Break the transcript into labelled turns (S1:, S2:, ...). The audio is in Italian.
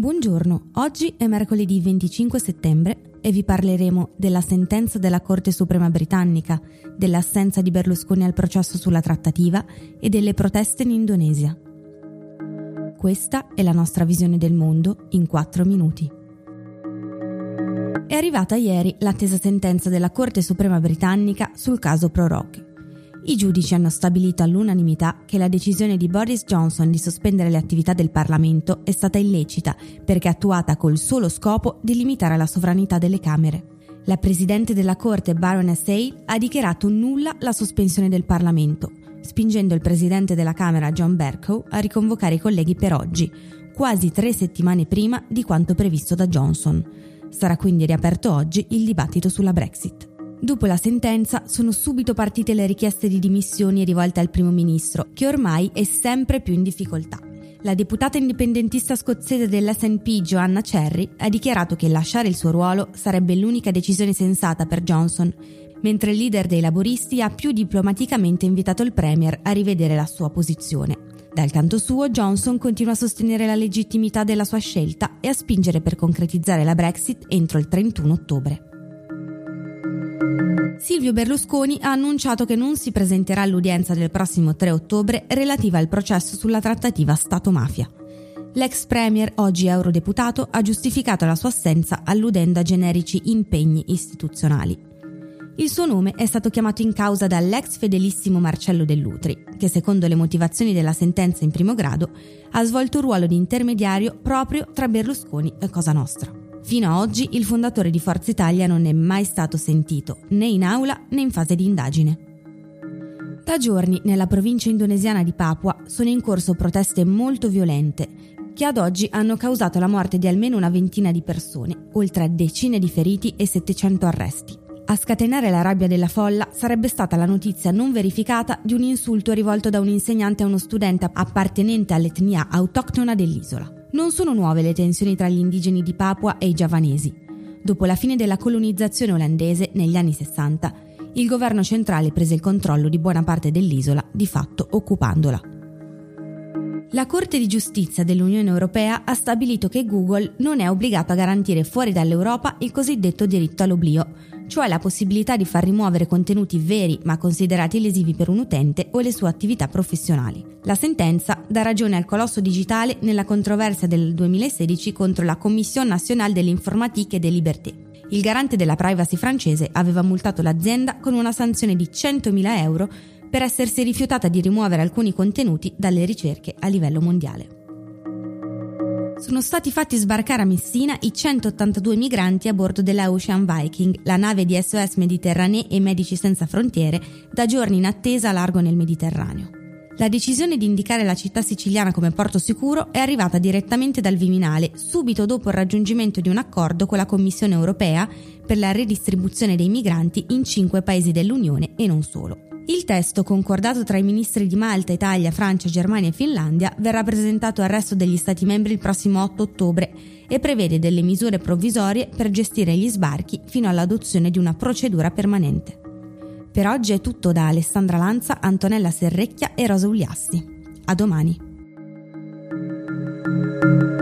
S1: Buongiorno, oggi è mercoledì 25 settembre e vi parleremo della sentenza della Corte Suprema britannica, dell'assenza di Berlusconi al processo sulla trattativa e delle proteste in Indonesia. Questa è la nostra visione del mondo in 4 minuti. È arrivata ieri l'attesa sentenza della Corte Suprema britannica sul caso Prorogue. I giudici hanno stabilito all'unanimità che la decisione di Boris Johnson di sospendere le attività del Parlamento è stata illecita perché attuata col solo scopo di limitare la sovranità delle Camere. La Presidente della Corte, Baroness Hale, ha dichiarato nulla la sospensione del Parlamento, spingendo il Presidente della Camera, John Bercow, a riconvocare i colleghi per oggi, quasi 3 settimane prima di quanto previsto da Johnson. Sarà quindi riaperto oggi il dibattito sulla Brexit. Dopo la sentenza sono subito partite le richieste di dimissioni rivolte al primo ministro, che ormai è sempre più in difficoltà. La deputata indipendentista scozzese dell'SNP Joanna Cherry ha dichiarato che lasciare il suo ruolo sarebbe l'unica decisione sensata per Johnson, mentre il leader dei laboristi ha più diplomaticamente invitato il premier a rivedere la sua posizione. Dal canto suo, Johnson continua a sostenere la legittimità della sua scelta e a spingere per concretizzare la Brexit entro il 31 ottobre. Silvio Berlusconi ha annunciato che non si presenterà all'udienza del prossimo 3 ottobre relativa al processo sulla trattativa Stato-mafia. L'ex premier, oggi eurodeputato, ha giustificato la sua assenza alludendo a generici impegni istituzionali. Il suo nome è stato chiamato in causa dall'ex fedelissimo Marcello Dell'Utri, che secondo le motivazioni della sentenza in primo grado ha svolto un ruolo di intermediario proprio tra Berlusconi e Cosa Nostra. Fino ad oggi il fondatore di Forza Italia non è mai stato sentito, né in aula né in fase di indagine. Da giorni nella provincia indonesiana di Papua sono in corso proteste molto violente, che ad oggi hanno causato la morte di almeno una ventina di persone, oltre a decine di feriti e 700 arresti. A scatenare la rabbia della folla sarebbe stata la notizia non verificata di un insulto rivolto da un insegnante a uno studente appartenente all'etnia autoctona dell'isola. Non sono nuove le tensioni tra gli indigeni di Papua e i giavanesi. Dopo la fine della colonizzazione olandese negli anni 60, il governo centrale prese il controllo di buona parte dell'isola, di fatto occupandola. La Corte di Giustizia dell'Unione Europea ha stabilito che Google non è obbligato a garantire fuori dall'Europa il cosiddetto diritto all'oblio, cioè la possibilità di far rimuovere contenuti veri ma considerati lesivi per un utente o le sue attività professionali. La sentenza dà ragione al colosso digitale nella controversia del 2016 contro la Commission nationale de l'Informatique et des Libertés. Il garante della privacy francese aveva multato l'azienda con una sanzione di 100.000 euro per essersi rifiutata di rimuovere alcuni contenuti dalle ricerche a livello mondiale. Sono stati fatti sbarcare a Messina i 182 migranti a bordo della Ocean Viking, la nave di SOS Méditerranée e Medici Senza Frontiere, da giorni in attesa a largo nel Mediterraneo. La decisione di indicare la città siciliana come porto sicuro è arrivata direttamente dal Viminale, subito dopo il raggiungimento di un accordo con la Commissione europea per la redistribuzione dei migranti in 5 paesi dell'Unione e non solo. Il testo, concordato tra i ministri di Malta, Italia, Francia, Germania e Finlandia, verrà presentato al resto degli Stati membri il prossimo 8 ottobre e prevede delle misure provvisorie per gestire gli sbarchi fino all'adozione di una procedura permanente. Per oggi è tutto da Alessandra Lanza, Antonella Serrecchia e Rosa Ugliassi. A domani.